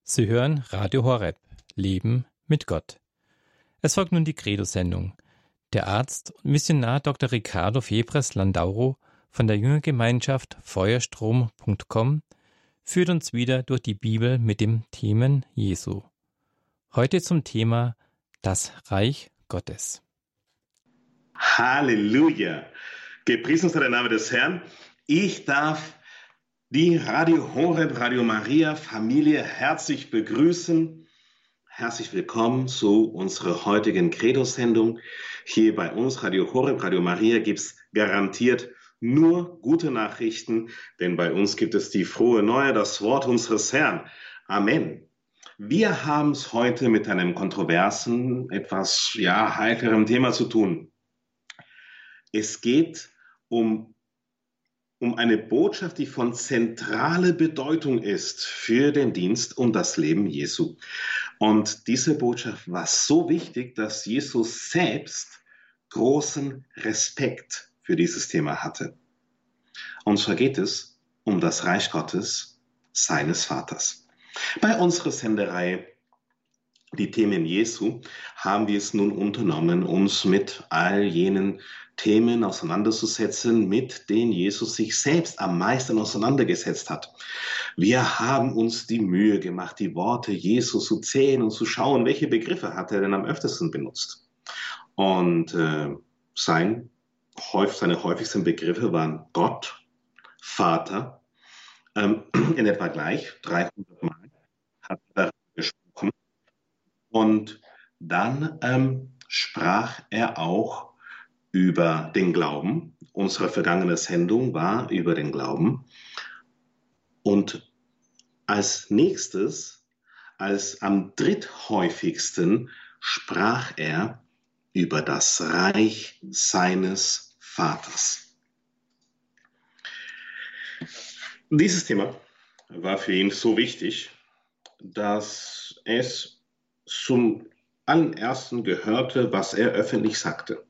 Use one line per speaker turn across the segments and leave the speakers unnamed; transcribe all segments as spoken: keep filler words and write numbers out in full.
Sie hören Radio Horeb, Leben mit Gott. Es folgt nun die Credo-Sendung. Der Arzt und Missionar Doktor Ricardo Febres Landauro von der Jüngergemeinschaft Feuerstrom Punkt com führt uns wieder durch die Bibel mit dem Themen Jesu. Heute zum Thema das Reich Gottes.
Halleluja! Gepriesen sei der Name des Herrn. Ich darf die Radio Horeb, Radio Maria Familie herzlich begrüßen. Herzlich willkommen zu unserer heutigen Credo-Sendung. Hier bei uns, Radio Horeb, Radio Maria, gibt es garantiert nur gute Nachrichten, denn bei uns gibt es die frohe Neue, das Wort unseres Herrn. Amen. Wir haben es heute mit einem kontroversen, etwas ja, heikleren Thema zu tun. Es geht um um eine Botschaft, die von zentraler Bedeutung ist für den Dienst und das Leben Jesu. Und diese Botschaft war so wichtig, dass Jesus selbst großen Respekt für dieses Thema hatte. Und zwar geht es um das Reich Gottes, seines Vaters. Bei unserer Sendereihe Die Themen Jesu haben wir es nun unternommen, uns mit all jenen Themen auseinanderzusetzen, mit denen Jesus sich selbst am meisten auseinandergesetzt hat. Wir haben uns die Mühe gemacht, die Worte Jesu zu zählen und zu schauen, welche Begriffe hat er denn am öftesten benutzt. Und äh, sein, seine häufigsten Begriffe waren Gott, Vater, ähm, in etwa gleich, dreihundert Mal hat er gesprochen. Und dann ähm, sprach er auch über den Glauben. Unsere vergangene Sendung war über den Glauben. Und als nächstes, als am dritthäufigsten, sprach er über das Reich seines Vaters. Dieses Thema war für ihn so wichtig, dass es zum allerersten gehörte, was er öffentlich sagte.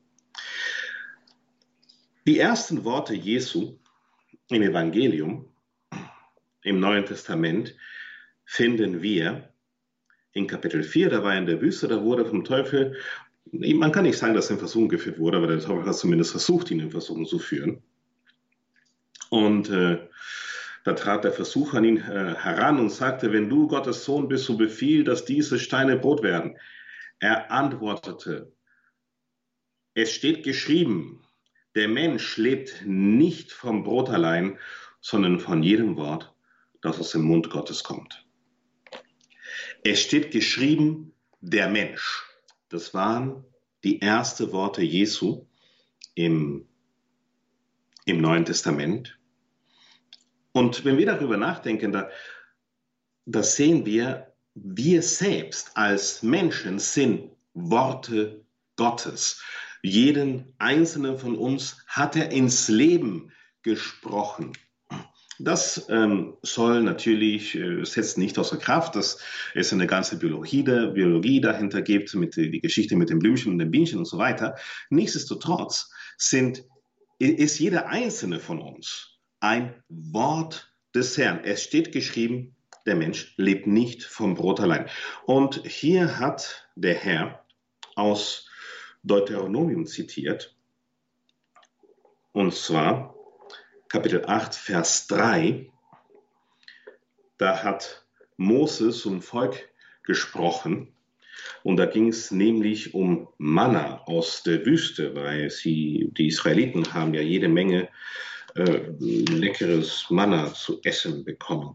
Die ersten Worte Jesu im Evangelium, im Neuen Testament, finden wir in Kapitel vier, da war er in der Wüste, da wurde vom Teufel, man kann nicht sagen, dass er in Versuchung geführt wurde, aber der Teufel hat zumindest versucht, ihn in Versuchung zu führen. Und äh, da trat der Versucher an ihn äh, heran und sagte, wenn du Gottes Sohn bist, so befiehl, dass diese Steine Brot werden. Er antwortete, es steht geschrieben, der Mensch lebt nicht vom Brot allein, sondern von jedem Wort, das aus dem Mund Gottes kommt. Es steht geschrieben, der Mensch. Das waren die ersten Worte Jesu im, im Neuen Testament. Und wenn wir darüber nachdenken, da, da sehen wir, wir selbst als Menschen sind Worte Gottes. Jeden einzelnen von uns hat er ins Leben gesprochen. Das ähm, soll natürlich, äh, setzt nicht außer Kraft, dass es eine ganze Biologie, der, Biologie dahinter gibt, mit äh, die Geschichte mit dem Blümchen und dem Bienchen und so weiter. Nichtsdestotrotz sind, ist jeder einzelne von uns ein Wort des Herrn. Es steht geschrieben, der Mensch lebt nicht vom Brot allein. Und hier hat der Herr aus Deuteronomium zitiert, und zwar Kapitel acht, Vers drei. Da hat Mose zum Volk gesprochen und da ging es nämlich um Manna aus der Wüste, weil sie, die Israeliten haben ja jede Menge äh, leckeres Manna zu essen bekommen.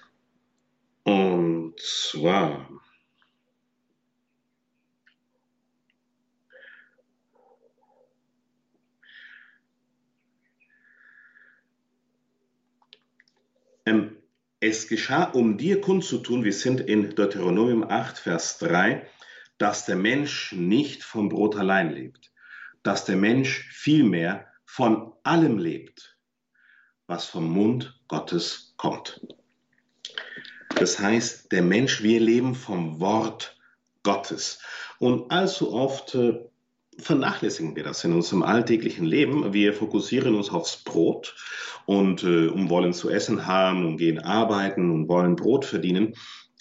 Und zwar Ähm, es geschah, um dir kundzutun, wir sind in Deuteronomium acht, Vers drei, dass der Mensch nicht vom Brot allein lebt, dass der Mensch vielmehr von allem lebt, was vom Mund Gottes kommt. Das heißt, der Mensch, wir leben vom Wort Gottes. Und allzu oft äh, vernachlässigen wir das in unserem alltäglichen Leben. Wir fokussieren uns aufs Brot und äh, um wollen zu essen haben und gehen arbeiten und wollen Brot verdienen.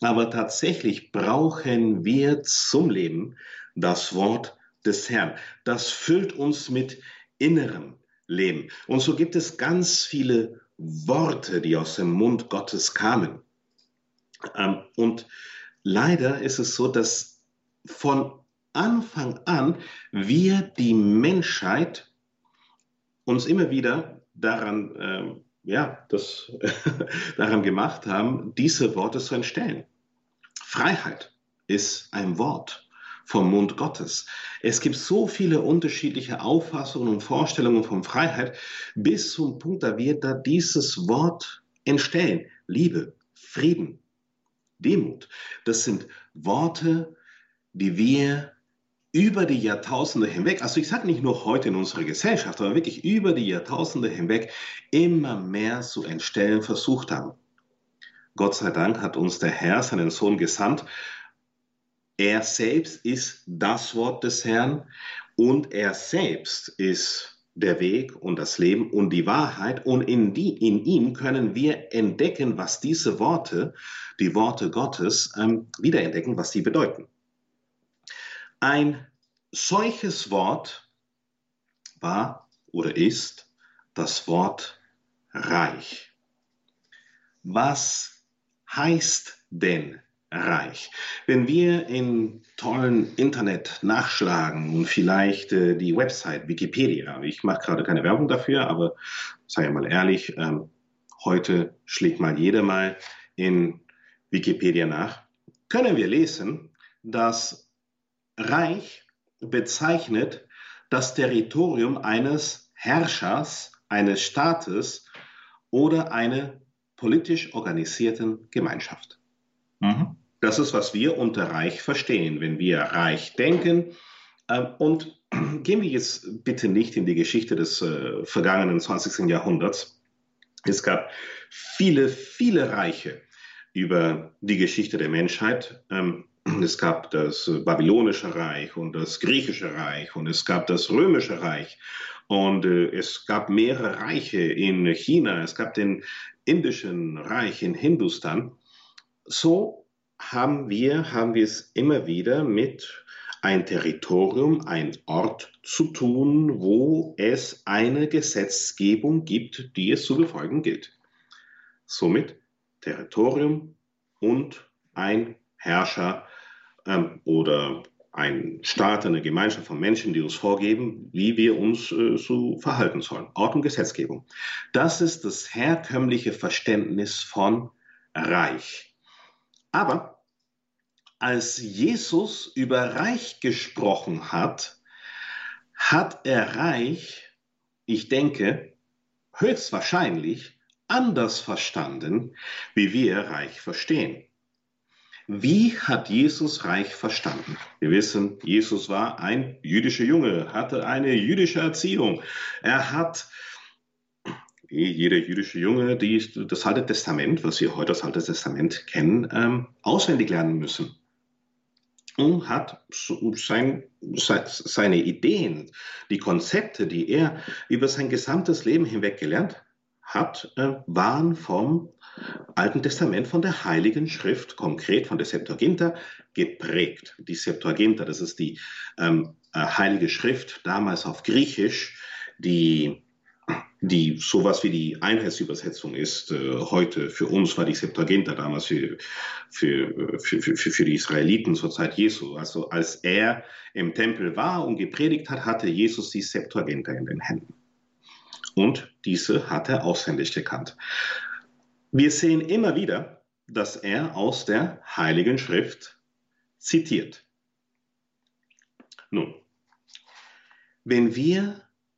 Aber tatsächlich brauchen wir zum Leben das Wort des Herrn. Das füllt uns mit innerem Leben. Und so gibt es ganz viele Worte, die aus dem Mund Gottes kamen. Und leider ist es so, dass von Anfang an wir die Menschheit uns immer wieder daran, äh, ja, das, daran gemacht haben, diese Worte zu entstellen. Freiheit ist ein Wort vom Mund Gottes. Es gibt so viele unterschiedliche Auffassungen und Vorstellungen von Freiheit, bis zum Punkt, da wir da dieses Wort entstellen. Liebe, Frieden, Demut. Das sind Worte, die wir über die Jahrtausende hinweg, also ich sage nicht nur heute in unserer Gesellschaft, aber wirklich über die Jahrtausende hinweg immer mehr zu entstellen versucht haben. Gott sei Dank hat uns der Herr seinen Sohn gesandt. Er selbst ist das Wort des Herrn und er selbst ist der Weg und das Leben und die Wahrheit. Und in, die, in ihm können wir entdecken, was diese Worte, die Worte Gottes, ähm, wiederentdecken, was sie bedeuten. Ein solches Wort war oder ist das Wort reich. Was heißt denn reich? Wenn wir im tollen Internet nachschlagen und vielleicht äh, die Website Wikipedia, ich mache gerade keine Werbung dafür, aber sei mal ehrlich, ähm, heute schlägt mal jeder mal in Wikipedia nach, können wir lesen, dass Reich bezeichnet das Territorium eines Herrschers, eines Staates oder einer politisch organisierten Gemeinschaft. Mhm. Das ist, was wir unter Reich verstehen, wenn wir Reich denken. Und gehen wir jetzt bitte nicht in die Geschichte des äh, vergangenen zwanzigsten Jahrhunderts. Es gab viele, viele Reiche über die Geschichte der Menschheit. Ähm, Es gab das Babylonische Reich und das Griechische Reich und es gab das Römische Reich und äh, es gab mehrere Reiche in China, es gab den Indischen Reich in Hindustan. So haben wir, haben wir es immer wieder mit ein Territorium, ein Ort zu tun, wo es eine Gesetzgebung gibt, die es zu befolgen gilt. Somit Territorium und ein Herrscher ähm, oder ein Staat, eine Gemeinschaft von Menschen, die uns vorgeben, wie wir uns äh, so verhalten sollen. Ort und Gesetzgebung. Das ist das herkömmliche Verständnis von Reich. Aber als Jesus über Reich gesprochen hat, hat er Reich, ich denke, höchstwahrscheinlich anders verstanden, wie wir Reich verstehen. Wie hat Jesus Reich verstanden? Wir wissen, Jesus war ein jüdischer Junge, hatte eine jüdische Erziehung. Er hat, wie jeder jüdische Junge, die, das Alte Testament, was wir heute als Altes Testament kennen, ähm, auswendig lernen müssen. Und hat sein, seine Ideen, die Konzepte, die er über sein gesamtes Leben hinweg gelernt hat, äh, waren vom Alten Testament, von der Heiligen Schrift, konkret von der Septuaginta, geprägt. Die Septuaginta, das ist die ähm, Heilige Schrift, damals auf Griechisch, die, die sowas wie die Einheitsübersetzung ist. Äh, heute für uns war die Septuaginta damals für, für, für, für, für die Israeliten zur Zeit Jesu. Also als er im Tempel war und gepredigt hat, hatte Jesus die Septuaginta in den Händen. Und diese hat er auswendig gekannt. Wir sehen immer wieder, dass er aus der Heiligen Schrift zitiert. Nun, wenn wir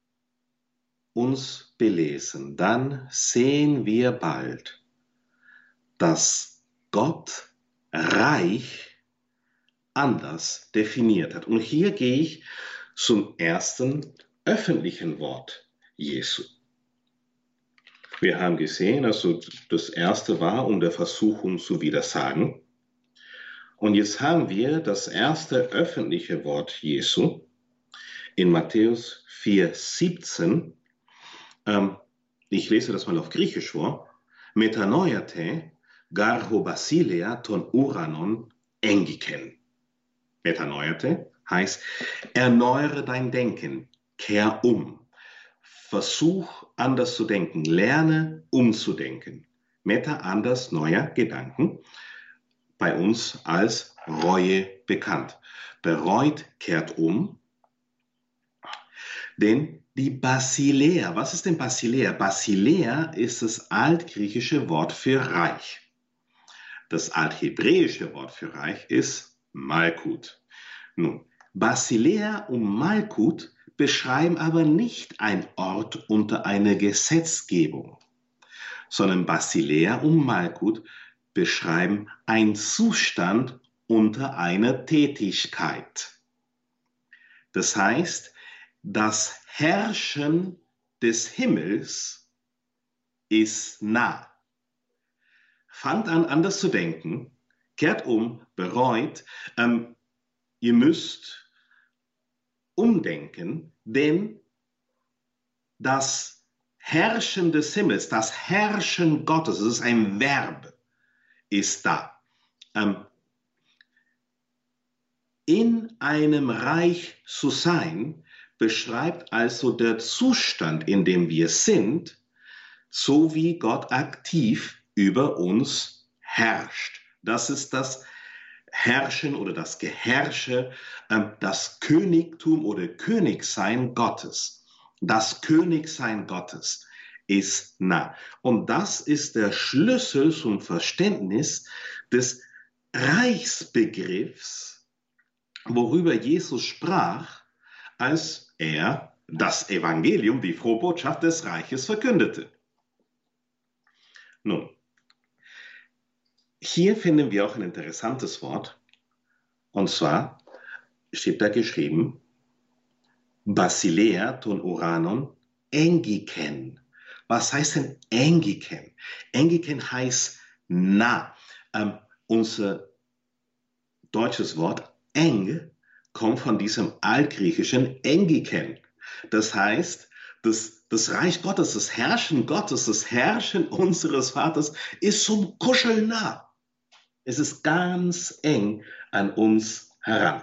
uns belesen, dann sehen wir bald, dass Gott Reich anders definiert hat. Und hier gehe ich zum ersten öffentlichen Wort Jesu. Wir haben gesehen, also das erste war, um der Versuchung zu widersagen. Und jetzt haben wir das erste öffentliche Wort Jesu in Matthäus vier siebzehn. Ähm, ich lese das mal auf Griechisch vor. Metanoiate, Garho Basilea ton Uranon engiken. Metanoiate heißt, erneuere dein Denken, kehr um. Versuch anders zu denken, lerne umzudenken. Meta anders, neuer Gedanken, bei uns als Reue bekannt. Bereut, kehrt um. Denn die Basilea, was ist denn Basilea? Basilea ist das altgriechische Wort für Reich. Das althebräische Wort für Reich ist Malkut. Nun, Basilea und Malkut beschreiben aber nicht einen Ort unter einer Gesetzgebung, sondern Basilea und Malkut beschreiben einen Zustand unter einer Tätigkeit. Das heißt, das Herrschen des Himmels ist nah. Fangt an, anders zu denken, kehrt um, bereut. Ähm, ihr müsst umdenken, denn das Herrschen des Himmels, das Herrschen Gottes, das ist ein Verb, ist da. Ähm, in einem Reich zu sein, beschreibt also der Zustand, in dem wir sind, so wie Gott aktiv über uns herrscht. Das ist das Herrschen oder das Geherrsche, das Königtum oder Königsein Gottes. Das Königsein Gottes ist nah. Und das ist der Schlüssel zum Verständnis des Reichsbegriffs, worüber Jesus sprach, als er das Evangelium, die frohe Botschaft des Reiches verkündete. Nun, hier finden wir auch ein interessantes Wort, und zwar steht da geschrieben, Basilea ton Uranon engiken. Was heißt denn engiken? Engiken heißt nah. Ähm, unser deutsches Wort eng kommt von diesem altgriechischen engiken. Das heißt, das, das Reich Gottes, das Herrschen Gottes, das Herrschen unseres Vaters ist zum Kuscheln nah. Es ist ganz eng an uns heran.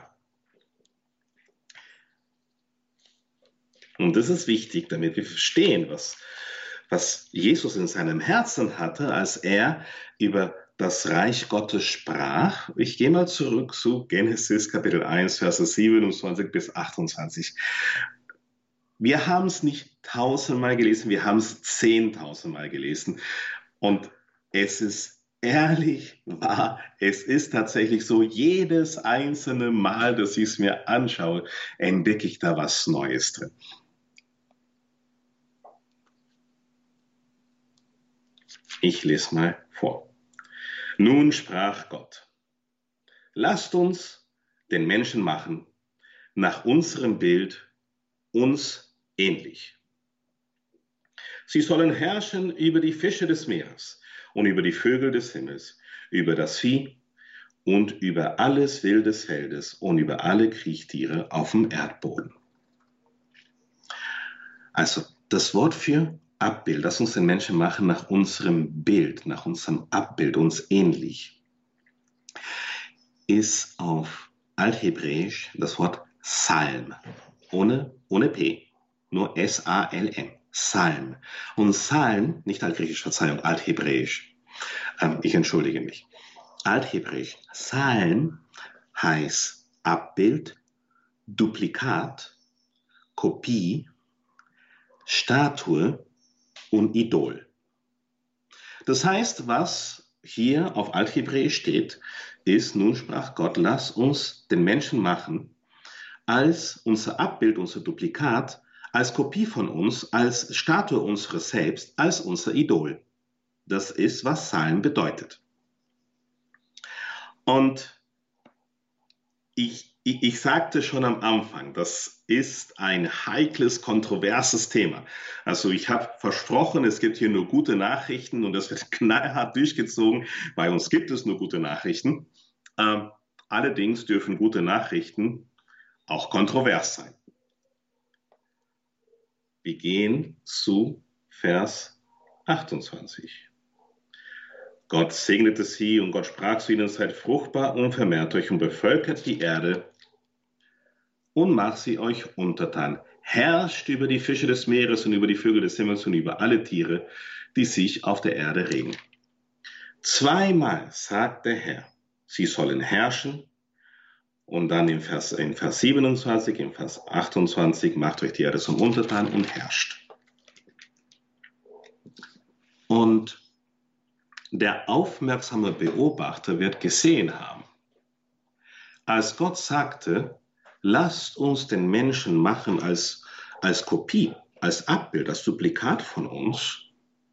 Und das ist wichtig, damit wir verstehen, was, was Jesus in seinem Herzen hatte, als er über das Reich Gottes sprach. Ich gehe mal zurück zu Genesis Kapitel eins, Verse siebenundzwanzig bis achtundzwanzig. Wir haben es nicht tausendmal gelesen, wir haben es zehntausendmal gelesen. Und es ist ehrlich wahr, es ist tatsächlich so, jedes einzelne Mal, dass ich es mir anschaue, entdecke ich da was Neues drin. Ich lese mal vor. Nun sprach Gott, lasst uns den Menschen machen, nach unserem Bild, uns ähnlich. Sie sollen herrschen über die Fische des Meeres und über die Vögel des Himmels, über das Vieh und über alles Wild des Feldes und über alle Kriechtiere auf dem Erdboden. Also das Wort für Abbild, lass uns den Menschen machen nach unserem Bild, nach unserem Abbild, uns ähnlich, ist auf Althebräisch das Wort Psalm, ohne, ohne P, nur S A L M. Psalm. Und Psalm, nicht altgriechisch, Verzeihung, althebräisch. Ähm, ich entschuldige mich. Althebräisch. Psalm heißt Abbild, Duplikat, Kopie, Statue und Idol. Das heißt, was hier auf Althebräisch steht, ist, nun sprach Gott, lass uns den Menschen machen, als unser Abbild, unser Duplikat, als Kopie von uns, als Statue unseres Selbst, als unser Idol. Das ist, was Psalm bedeutet. Und ich, ich, ich sagte schon am Anfang, das ist ein heikles, kontroverses Thema. Also ich habe versprochen, es gibt hier nur gute Nachrichten und das wird knallhart durchgezogen. Bei uns gibt es nur gute Nachrichten. Ähm, allerdings dürfen gute Nachrichten auch kontrovers sein. Wir gehen zu Vers achtundzwanzig. Gott segnete sie und Gott sprach zu ihnen, seid fruchtbar und vermehrt euch und bevölkert die Erde und macht sie euch untertan. Herrscht über die Fische des Meeres und über die Vögel des Himmels und über alle Tiere, die sich auf der Erde regen. Zweimal sagt der Herr, sie sollen herrschen. Und dann in Vers, in Vers siebenundzwanzig, in Vers achtundzwanzig, macht euch die Erde zum Untertan und herrscht. Und der aufmerksame Beobachter wird gesehen haben, als Gott sagte, lasst uns den Menschen machen als, als Kopie, als Abbild, als Duplikat von uns,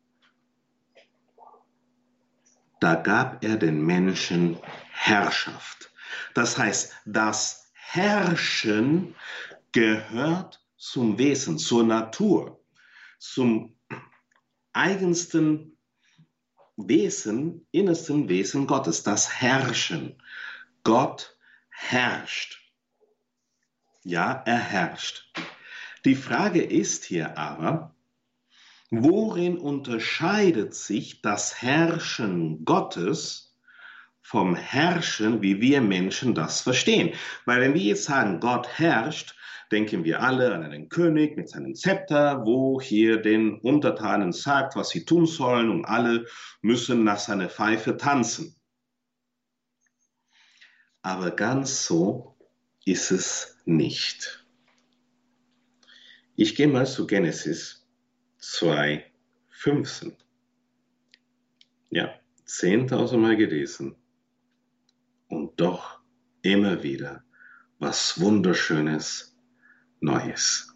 da gab er den Menschen Herrschaft. Das heißt, das Herrschen gehört zum Wesen, zur Natur, zum eigensten Wesen, innersten Wesen Gottes, das Herrschen. Gott herrscht. Ja, er herrscht. Die Frage ist hier aber, worin unterscheidet sich das Herrschen Gottes vom Herrschen, wie wir Menschen das verstehen? Weil wenn wir jetzt sagen, Gott herrscht, denken wir alle an einen König mit seinem Zepter, wo hier den Untertanen sagt, was sie tun sollen, und alle müssen nach seiner Pfeife tanzen. Aber ganz so ist es nicht. Ich gehe mal zu Genesis zwei, fünfzehn. Ja, zehntausend Mal gelesen. Und doch immer wieder was Wunderschönes, Neues.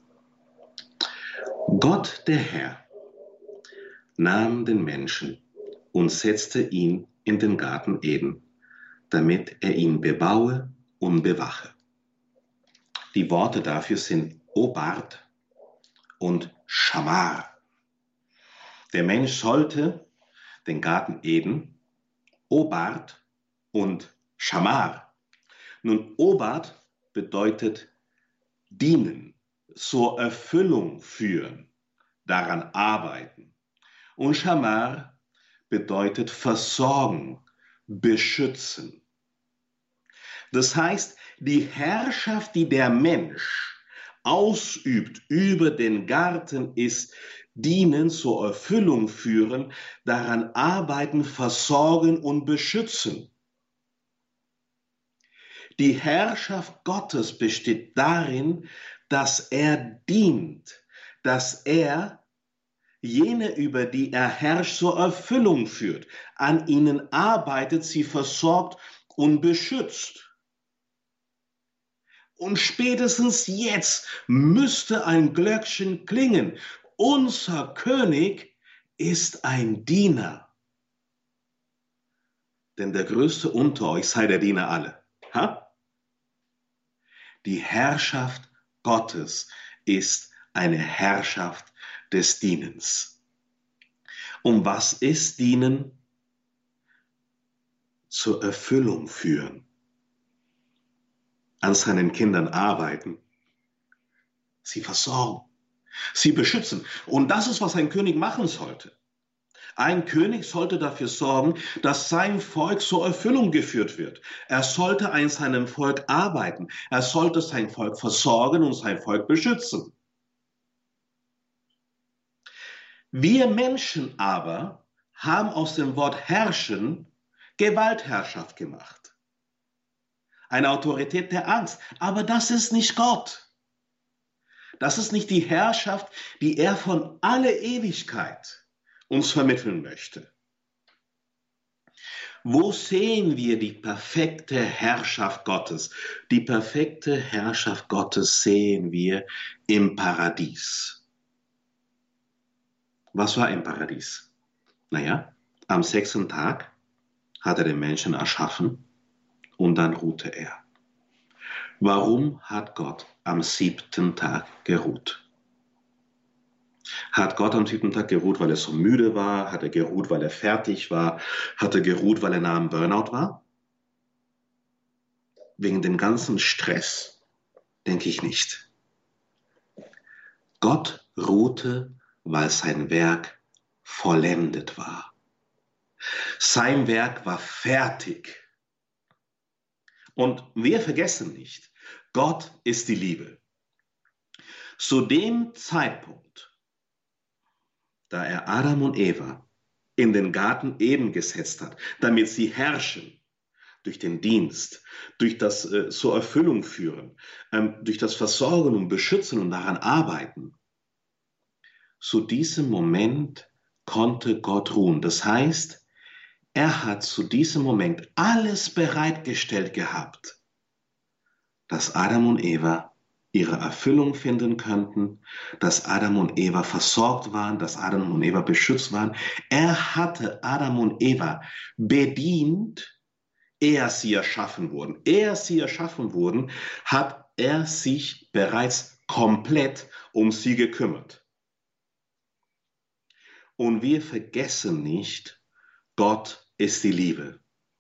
Gott, der Herr, nahm den Menschen und setzte ihn in den Garten Eden, damit er ihn bebaue und bewache. Die Worte dafür sind Obart und Schamar. Der Mensch sollte den Garten Eden, Obart und Schamar. Nun, Obart bedeutet dienen, zur Erfüllung führen, daran arbeiten. Und Schamar bedeutet versorgen, beschützen. Das heißt, die Herrschaft, die der Mensch ausübt über den Garten, ist dienen, zur Erfüllung führen, daran arbeiten, versorgen und beschützen. Die Herrschaft Gottes besteht darin, dass er dient, dass er jene, über die er herrscht, zur Erfüllung führt, an ihnen arbeitet, sie versorgt und beschützt. Und spätestens jetzt müsste ein Glöckchen klingen. Unser König ist ein Diener. Denn der Größte unter euch sei der Diener alle. Ha? Die Herrschaft Gottes ist eine Herrschaft des Dienens. Und was ist Dienen? Zur Erfüllung führen. An seinen Kindern arbeiten. Sie versorgen. Sie beschützen. Und das ist, was ein König machen sollte. Ein König sollte dafür sorgen, dass sein Volk zur Erfüllung geführt wird. Er sollte an seinem Volk arbeiten. Er sollte sein Volk versorgen und sein Volk beschützen. Wir Menschen aber haben aus dem Wort herrschen Gewaltherrschaft gemacht. Eine Autorität der Angst. Aber das ist nicht Gott. Das ist nicht die Herrschaft, die er von aller Ewigkeit uns vermitteln möchte. Wo sehen wir die perfekte Herrschaft Gottes? Die perfekte Herrschaft Gottes sehen wir im Paradies. Was war im Paradies? Naja, am sechsten Tag hat er den Menschen erschaffen und dann ruhte er. Warum hat Gott am siebten Tag geruht? Hat Gott am siebten Tag geruht, weil er so müde war? Hat er geruht, weil er fertig war? Hat er geruht, weil er nah am Burnout war? Wegen dem ganzen Stress? Denke ich nicht. Gott ruhte, weil sein Werk vollendet war. Sein Werk war fertig. Und wir vergessen nicht, Gott ist die Liebe. Zu dem Zeitpunkt, da er Adam und Eva in den Garten Eden gesetzt hat, damit sie herrschen, durch den Dienst, durch das äh, zur Erfüllung führen, ähm, durch das Versorgen und Beschützen und daran arbeiten. Zu diesem Moment konnte Gott ruhen. Das heißt, er hat zu diesem Moment alles bereitgestellt gehabt, dass Adam und Eva ihre Erfüllung finden könnten, dass Adam und Eva versorgt waren, dass Adam und Eva beschützt waren. Er hatte Adam und Eva bedient, ehe sie erschaffen wurden. Ehe sie erschaffen wurden, hat er sich bereits komplett um sie gekümmert. Und wir vergessen nicht, Gott ist die Liebe.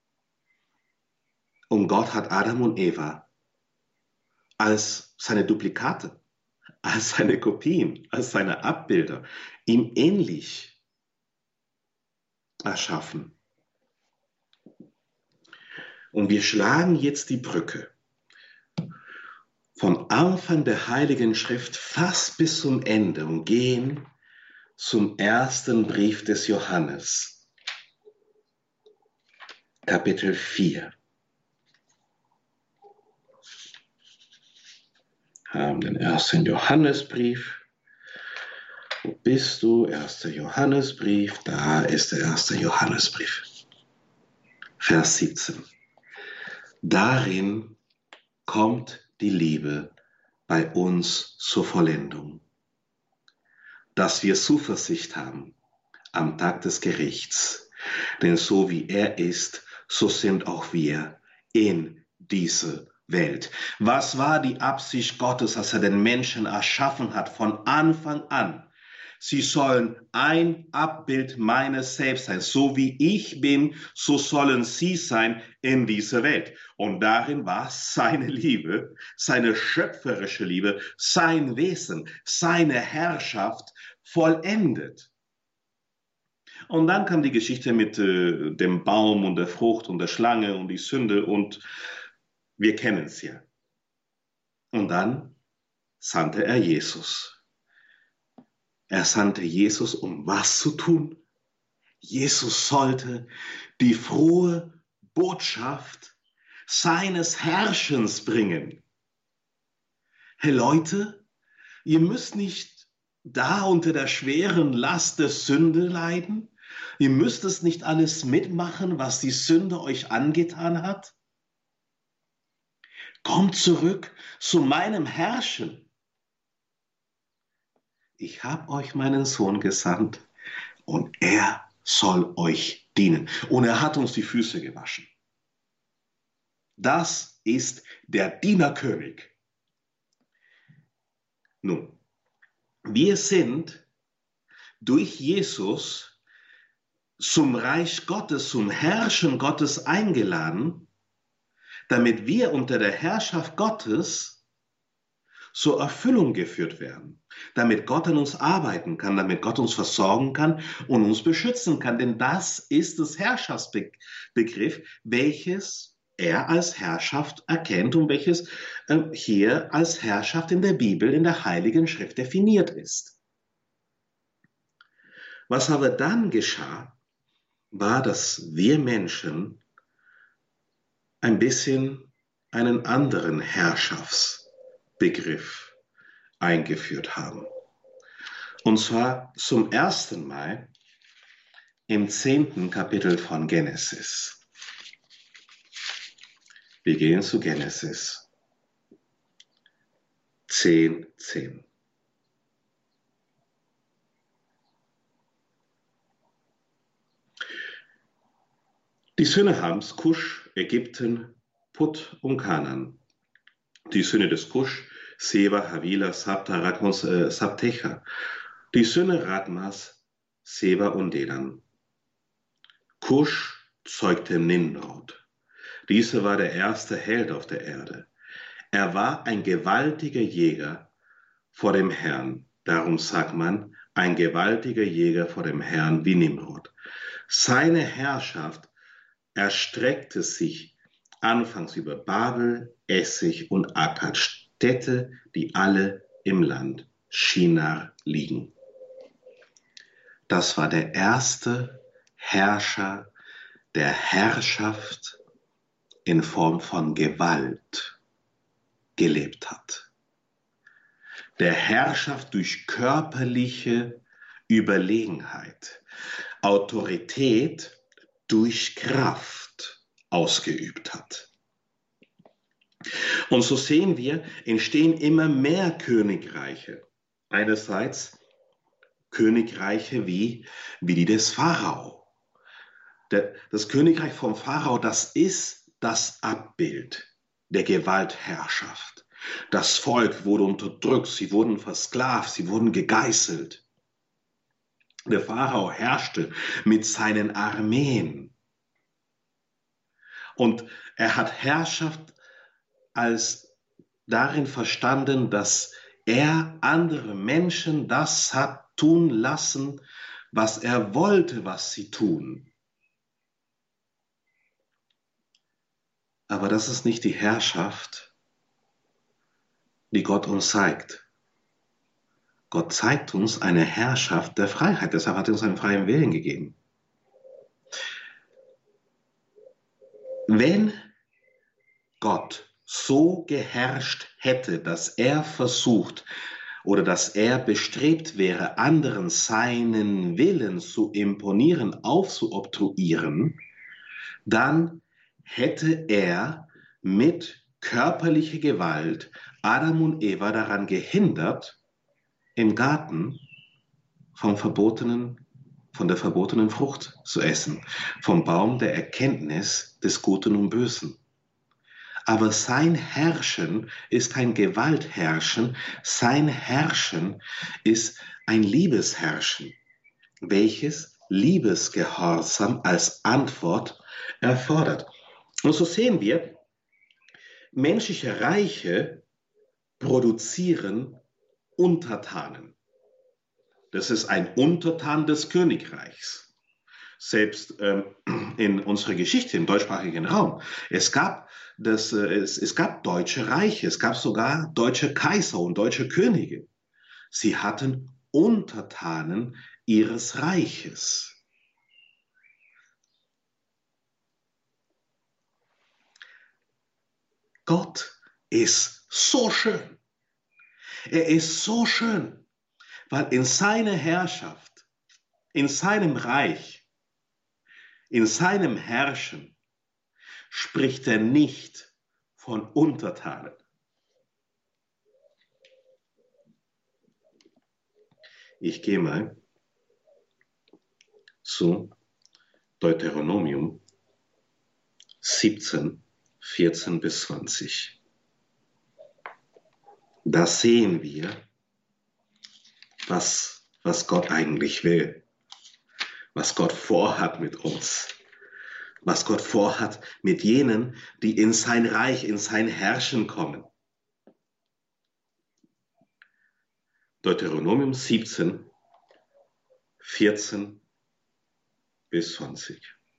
Und Gott hat Adam und Eva als seine Duplikate, als seine Kopien, als seine Abbilder, ihm ähnlich erschaffen. Und wir schlagen jetzt die Brücke vom Anfang der Heiligen Schrift fast bis zum Ende und gehen zum ersten Brief des Johannes. Kapitel vier. Haben den ersten Johannesbrief. Wo bist du? Erster Johannesbrief. Da ist der erste Johannesbrief. Vers siebzehn. Darin kommt die Liebe bei uns zur Vollendung, dass wir Zuversicht haben am Tag des Gerichts. Denn so wie er ist, so sind auch wir in dieser Welt. Was war die Absicht Gottes, als er den Menschen erschaffen hat von Anfang an? Sie sollen ein Abbild meines Selbst sein. So wie ich bin, so sollen sie sein in dieser Welt. Und darin war seine Liebe, seine schöpferische Liebe, sein Wesen, seine Herrschaft vollendet. Und dann kam die Geschichte mit äh, dem Baum und der Frucht und der Schlange und die Sünde und wir kennen es ja. Und dann sandte er Jesus. Er sandte Jesus, um was zu tun? Jesus sollte die frohe Botschaft seines Herrschens bringen. Hey Leute, ihr müsst nicht da unter der schweren Last der Sünde leiden. Ihr müsst es nicht alles mitmachen, was die Sünde euch angetan hat. Kommt zurück zu meinem Herrschen. Ich habe euch meinen Sohn gesandt und er soll euch dienen. Und er hat uns die Füße gewaschen. Das ist der Dienerkönig. Nun, wir sind durch Jesus zum Reich Gottes, zum Herrschen Gottes eingeladen, damit wir unter der Herrschaft Gottes zur Erfüllung geführt werden, damit Gott an uns arbeiten kann, damit Gott uns versorgen kann und uns beschützen kann. Denn das ist das Herrschaftsbegriff, welches er als Herrschaft erkennt und welches äh, hier als Herrschaft in der Bibel, in der Heiligen Schrift definiert ist. Was aber dann geschah, war, dass wir Menschen ein bisschen einen anderen Herrschaftsbegriff eingeführt haben. Und zwar zum ersten Mal im zehnten Kapitel von Genesis. Wir gehen zu Genesis zehn, zehn. Die Söhne Hams, Kusch, Ägypten, Put und Kanan. Die Söhne des Kusch, Seba, Havila, Sabta, Rakmos, äh, Sabtecha. Die Söhne Radmas, Seba und Dedan. Kusch zeugte Nimrod. Dieser war der erste Held auf der Erde. Er war ein gewaltiger Jäger vor dem Herrn. Darum sagt man, ein gewaltiger Jäger vor dem Herrn wie Nimrod. Seine Herrschaft erstreckte sich anfangs über Babel, Essig und Akkad, Städte, die alle im Land Shinar liegen. Das war der erste Herrscher, der Herrschaft in Form von Gewalt gelebt hat. Der Herrschaft durch körperliche Überlegenheit, Autorität durch Kraft ausgeübt hat. Und so sehen wir, entstehen immer mehr Königreiche. Einerseits Königreiche wie, wie die des Pharao. Der, das Königreich vom Pharao, das ist das Abbild der Gewaltherrschaft. Das Volk wurde unterdrückt, sie wurden versklavt, sie wurden gegeißelt. Der Pharao herrschte mit seinen Armeen. Und er hat Herrschaft als darin verstanden, dass er andere Menschen das hat tun lassen, was er wollte, was sie tun. Aber das ist nicht die Herrschaft, die Gott uns zeigt. Gott zeigt uns eine Herrschaft der Freiheit, deshalb hat er uns einen freien Willen gegeben. Wenn Gott so geherrscht hätte, dass er versucht oder dass er bestrebt wäre, anderen seinen Willen zu imponieren, aufzuobtruieren, dann hätte er mit körperlicher Gewalt Adam und Eva daran gehindert, im Garten vom verbotenen, von der verbotenen Frucht zu essen, vom Baum der Erkenntnis des Guten und Bösen. Aber sein Herrschen ist kein Gewaltherrschen, sein Herrschen ist ein Liebesherrschen, welches Liebesgehorsam als Antwort erfordert. Und so sehen wir, menschliche Reiche produzieren Untertanen. Das ist ein Untertan des Königreichs. Selbst ähm, in unserer Geschichte im deutschsprachigen Raum. Es gab, das, äh, es, es gab deutsche Reiche, es gab sogar deutsche Kaiser und deutsche Könige. Sie hatten Untertanen ihres Reiches. Gott ist so schön. Er ist so schön, weil in seiner Herrschaft, in seinem Reich, in seinem Herrschen spricht er nicht von Untertanen. Ich gehe mal zu Deuteronomium siebzehn, vierzehn bis zwanzig. Da sehen wir, was, was Gott eigentlich will, was Gott vorhat mit uns, was Gott vorhat mit jenen, die in sein Reich, in sein Herrschen kommen. Deuteronomium siebzehn, vierzehn bis zwanzig.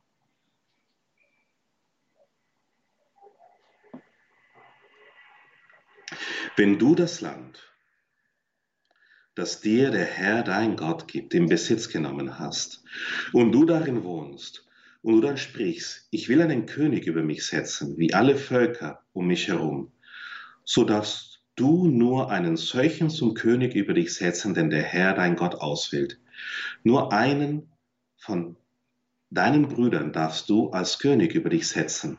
Wenn du das Land, das dir der Herr dein Gott gibt, in Besitz genommen hast, und du darin wohnst, und du dann sprichst, ich will einen König über mich setzen, wie alle Völker um mich herum, so darfst du nur einen solchen zum König über dich setzen, den der Herr dein Gott auswählt. Nur einen von deinen Brüdern darfst du als König über dich setzen.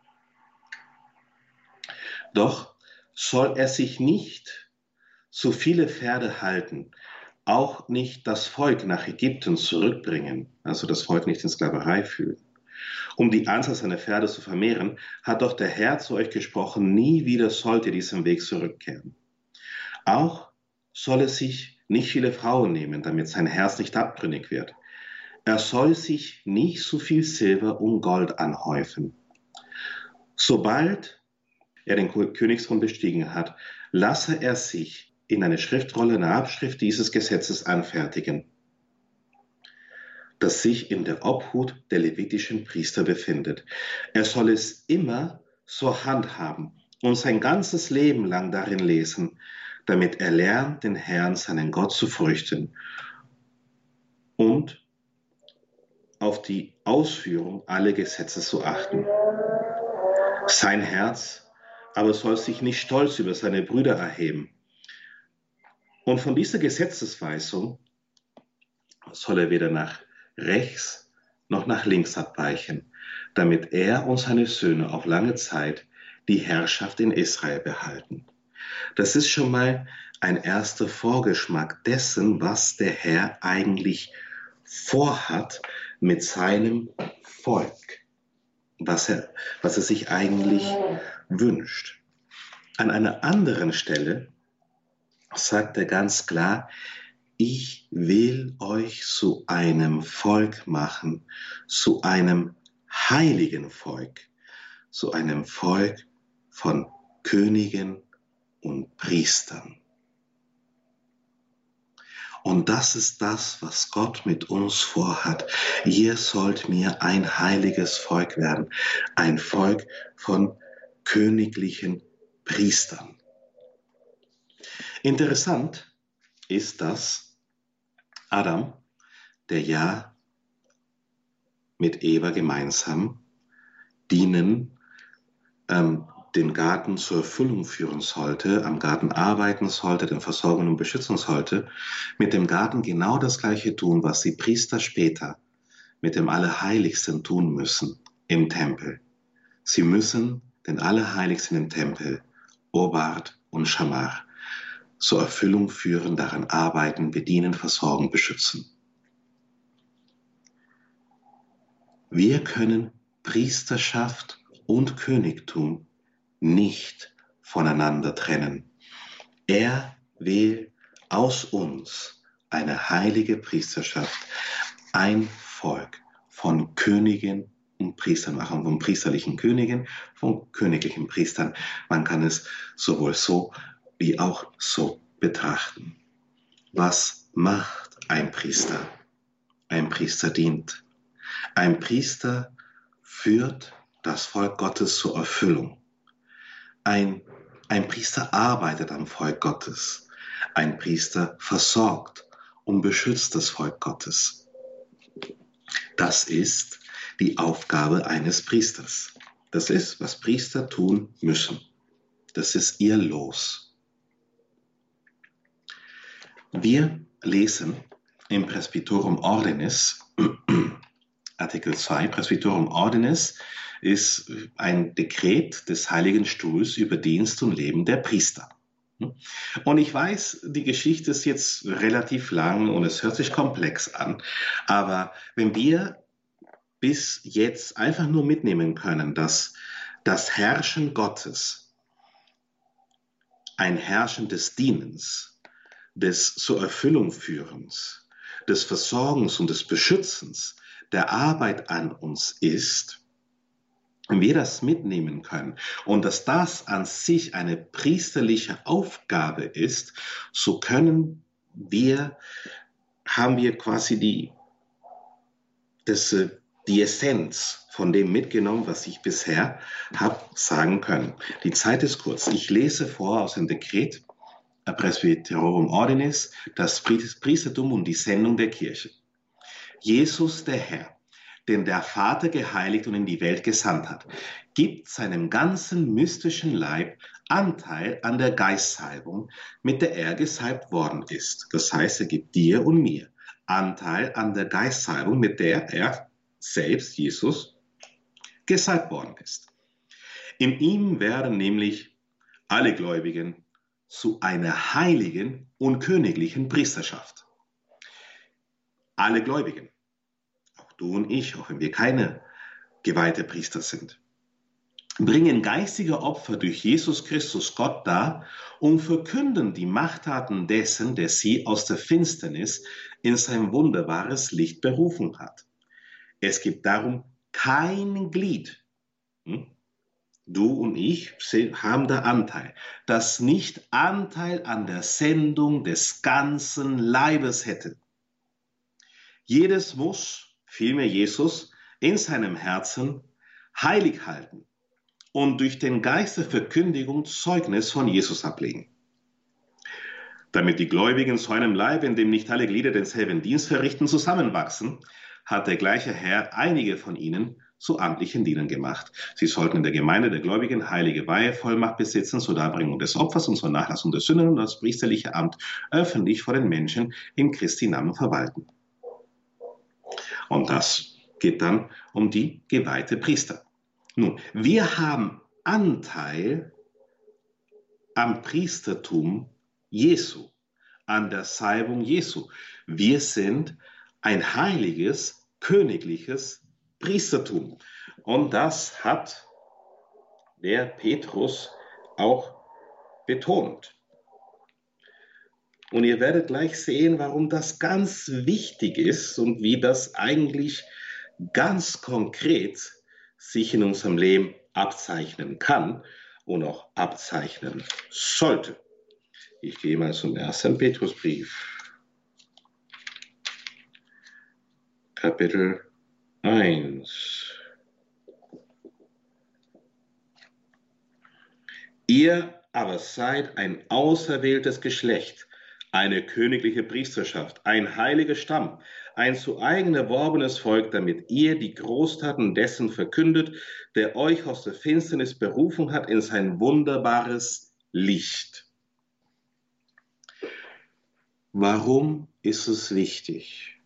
Doch soll er sich nicht zu viele Pferde halten, auch nicht das Volk nach Ägypten zurückbringen, also das Volk nicht in Sklaverei führen. Um die Anzahl seiner Pferde zu vermehren, hat doch der Herr zu euch gesprochen, nie wieder sollt ihr diesen Weg zurückkehren. Auch soll er sich nicht viele Frauen nehmen, damit sein Herz nicht abtrünnig wird. Er soll sich nicht so viel Silber und Gold anhäufen. Sobald er den Königsthron bestiegen hat, lasse er sich in eine Schriftrolle eine Abschrift dieses Gesetzes anfertigen. das sich in der Obhut der levitischen Priester befindet. Er soll es immer zur Hand haben und sein ganzes Leben lang darin lesen, damit er lernt, den Herrn, seinen Gott, zu fürchten und auf die Ausführung aller Gesetze zu achten. Sein Herz aber soll sich nicht stolz über seine Brüder erheben. Und von dieser Gesetzesweisung soll er weder nach rechts noch nach links abweichen, damit er und seine Söhne auf lange Zeit die Herrschaft in Israel behalten. Das ist schon mal ein erster Vorgeschmack dessen, was der Herr eigentlich vorhat mit seinem Volk, was er, was er sich eigentlich wünscht. An einer anderen Stelle sagt er ganz klar, ich will euch zu einem Volk machen, zu einem heiligen Volk, zu einem Volk von Königen und Priestern. Und das ist das, was Gott mit uns vorhat. Ihr sollt mir ein heiliges Volk werden, ein Volk von königlichen Priestern. Interessant ist, dass Adam, der ja mit Eva gemeinsam dienen, ähm, den Garten zur Erfüllung führen sollte, am Garten arbeiten sollte, den versorgen und beschützen sollte, mit dem Garten genau das Gleiche tun, was die Priester später mit dem Allerheiligsten tun müssen im Tempel. Sie müssen den Allerheiligsten im Tempel, Obart und Schamar, zur Erfüllung führen, daran arbeiten, bedienen, versorgen, beschützen. Wir können Priesterschaft und Königtum nicht voneinander trennen. Er will aus uns eine heilige Priesterschaft, ein Volk von Königen und Priestern machen, von priesterlichen Königen, von königlichen Priestern. Man kann es sowohl so wie auch so betrachten. Was macht ein Priester? Ein Priester dient. Ein Priester führt das Volk Gottes zur Erfüllung. Ein, ein Priester arbeitet am Volk Gottes. Ein Priester versorgt und beschützt das Volk Gottes. Das ist die Aufgabe eines Priesters. Das ist, was Priester tun müssen. Das ist ihr Los. Wir lesen im Presbyterum Ordinis, Artikel zwei, Presbyterum Ordinis ist ein Dekret des Heiligen Stuhls über Dienst und Leben der Priester. Und ich weiß, die Geschichte ist jetzt relativ lang und es hört sich komplex an, aber wenn wir bis jetzt einfach nur mitnehmen können, dass das Herrschen Gottes ein Herrschen des Dienens, des zur Erfüllung führens, des Versorgens und des Beschützens, der Arbeit an uns ist, wenn wir das mitnehmen können und dass das an sich eine priesterliche Aufgabe ist, so können wir, haben wir quasi die, das, die Essenz von dem mitgenommen, was ich bisher habe sagen können. Die Zeit ist kurz. Ich lese vor aus dem Dekret Presbyterorum Ordinis, das Priestertum und die Sendung der Kirche. Jesus, der Herr, den der Vater geheiligt und in die Welt gesandt hat, gibt seinem ganzen mystischen Leib Anteil an der Geistsalbung, mit der er gesalbt worden ist. Das heißt, er gibt dir und mir Anteil an der Geistsalbung, mit der er selbst, Jesus, gesalbt worden ist. In ihm werden nämlich alle Gläubigen zu einer heiligen und königlichen Priesterschaft. Alle Gläubigen. Du und ich, auch wenn wir keine geweihte Priester sind, bringen geistige Opfer durch Jesus Christus Gott dar und verkünden die Machttaten dessen, der sie aus der Finsternis in sein wunderbares Licht berufen hat. Es gibt darum kein Glied, hm? Du und ich haben da Anteil, das nicht Anteil an der Sendung des ganzen Leibes hätte. Jedes muss vielmehr Jesus in seinem Herzen heilig halten und durch den Geist der Verkündigung Zeugnis von Jesus ablegen. Damit die Gläubigen zu einem Leib, in dem nicht alle Glieder denselben Dienst verrichten, zusammenwachsen, hat der gleiche Herr einige von ihnen zu amtlichen Dienern gemacht. Sie sollten in der Gemeinde der Gläubigen heilige Weihevollmacht besitzen zur Darbringung des Opfers und zur Nachlassung der Sünden und das priesterliche Amt öffentlich vor den Menschen in Christi Namen verwalten. Und das geht dann um die geweihte Priester. Nun, wir haben Anteil am Priestertum Jesu, an der Salbung Jesu. Wir sind ein heiliges, königliches Priestertum. Und das hat der Petrus auch betont. Und ihr werdet gleich sehen, warum das ganz wichtig ist und wie das eigentlich ganz konkret sich in unserem Leben abzeichnen kann und auch abzeichnen sollte. Ich gehe mal zum ersten Petrusbrief, Kapitel eins. Ihr aber seid ein auserwähltes Geschlecht, eine königliche Priesterschaft, ein heiliger Stamm, ein zu eigen erworbenes Volk, damit ihr die Großtaten dessen verkündet, der euch aus der Finsternis berufen hat in sein wunderbares Licht. Warum ist es wichtig?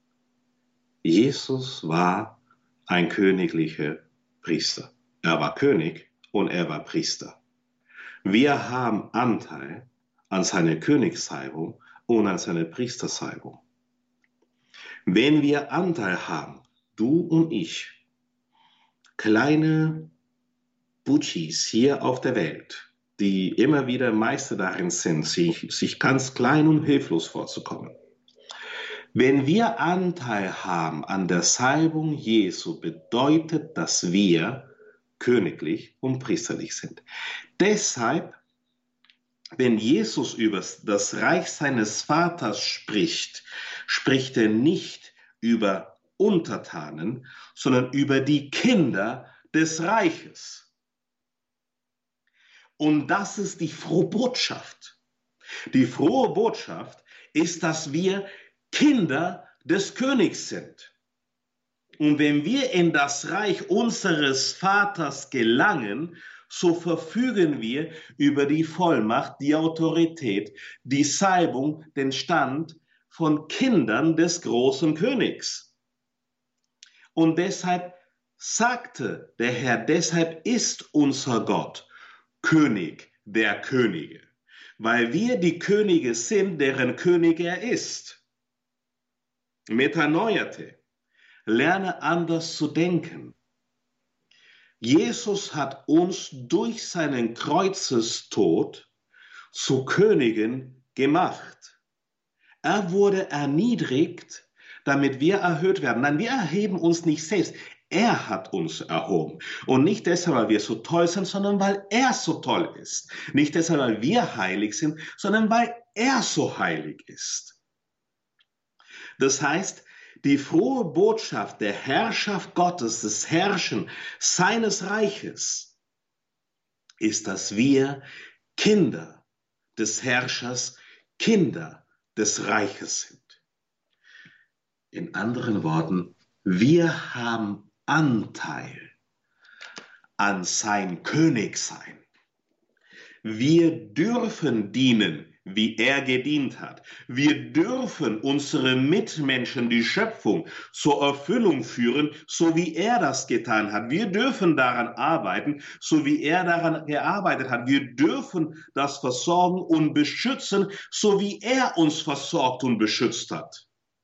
Jesus war ein königlicher Priester. Er war König und er war Priester. Wir haben Anteil an seiner Königssalbung und an seiner Priestersalbung. Wenn wir Anteil haben, du und ich, kleine Butchis hier auf der Welt, die immer wieder Meister darin sind, sich, sich ganz klein und hilflos vorzukommen. Wenn wir Anteil haben an der Salbung Jesu, bedeutet, dass wir königlich und priesterlich sind. Deshalb, wenn Jesus über das Reich seines Vaters spricht, spricht er nicht über Untertanen, sondern über die Kinder des Reiches. Und das ist die frohe Botschaft. Die frohe Botschaft ist, dass wir Kinder des Königs sind. Und wenn wir in das Reich unseres Vaters gelangen, so verfügen wir über die Vollmacht, die Autorität, die Salbung, den Stand von Kindern des großen Königs. Und deshalb sagte der Herr, deshalb ist unser Gott König der Könige, weil wir die Könige sind, deren König er ist. Metanoiate, lerne anders zu denken. Jesus hat uns durch seinen Kreuzestod zu Königen gemacht. Er wurde erniedrigt, damit wir erhöht werden. Nein, wir erheben uns nicht selbst. Er hat uns erhoben. Und nicht deshalb, weil wir so toll sind, sondern weil er so toll ist. Nicht deshalb, weil wir heilig sind, sondern weil er so heilig ist. Das heißt, die frohe Botschaft der Herrschaft Gottes, des Herrschen seines Reiches, ist, dass wir Kinder des Herrschers, Kinder des Reiches sind. In anderen Worten, wir haben Anteil an sein Königsein. Wir dürfen dienen, wie er gedient hat. Wir dürfen unsere Mitmenschen, die Schöpfung, zur Erfüllung führen, so wie er das getan hat. Wir dürfen daran arbeiten, so wie er daran gearbeitet hat. Wir dürfen das versorgen und beschützen, so wie er uns versorgt und beschützt hat.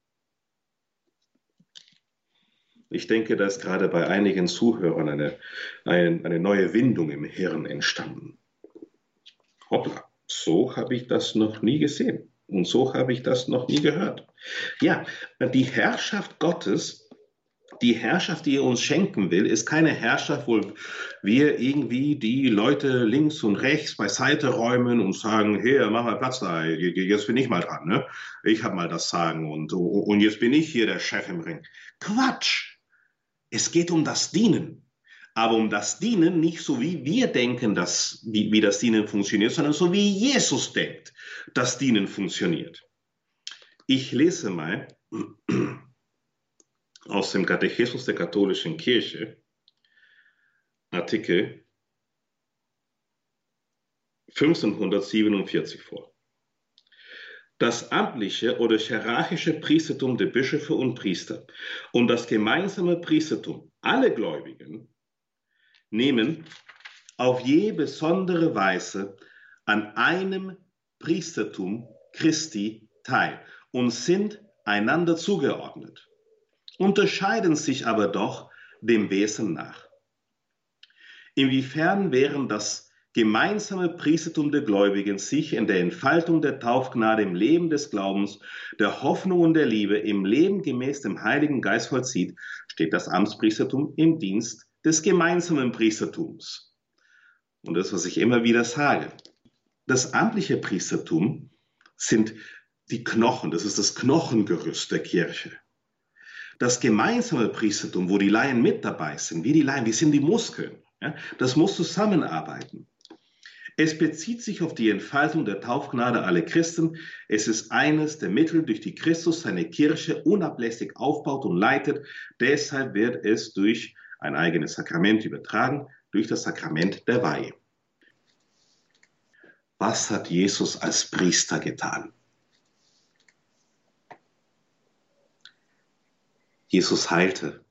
Ich denke, da ist gerade bei einigen Zuhörern eine, eine, eine neue Windung im Hirn entstanden. Hoppla, so habe ich das noch nie gesehen und so habe ich das noch nie gehört. Ja, die Herrschaft Gottes, die Herrschaft, die er uns schenken will, ist keine Herrschaft, wo wir irgendwie die Leute links und rechts beiseite räumen und sagen, hier, mach mal Platz da, jetzt bin ich mal dran, ne? Ich habe mal das Sagen und, und jetzt bin ich hier der Chef im Ring. Quatsch! Es geht um das Dienen. Aber um das Dienen nicht so, wie wir denken, dass, wie, wie das Dienen funktioniert, sondern so, wie Jesus denkt, dass Dienen funktioniert. Ich lese mal aus dem Katechismus der katholischen Kirche, Artikel fünfzehnhundertsiebenundvierzig vor. Das amtliche oder hierarchische Priestertum der Bischöfe und Priester und das gemeinsame Priestertum aller Gläubigen nehmen auf je besondere Weise an einem Priestertum Christi teil und sind einander zugeordnet, unterscheiden sich aber doch dem Wesen nach. Inwiefern während das gemeinsame Priestertum der Gläubigen sich in der Entfaltung der Taufgnade im Leben des Glaubens, der Hoffnung und der Liebe im Leben gemäß dem Heiligen Geist vollzieht, steht das Amtspriestertum im Dienst des gemeinsamen Priestertums. Und das, was ich immer wieder sage, das amtliche Priestertum sind die Knochen, das ist das Knochengerüst der Kirche. Das gemeinsame Priestertum, wo die Laien mit dabei sind, wie die Laien, die sind die Muskeln. Ja, das muss zusammenarbeiten. Es bezieht sich auf die Entfaltung der Taufgnade aller Christen. Es ist eines der Mittel, durch die Christus seine Kirche unablässig aufbaut und leitet. Deshalb wird es durch ein eigenes Sakrament übertragen, durch das Sakrament der Weihe. Was hat Jesus als Priester getan? Jesus heilte.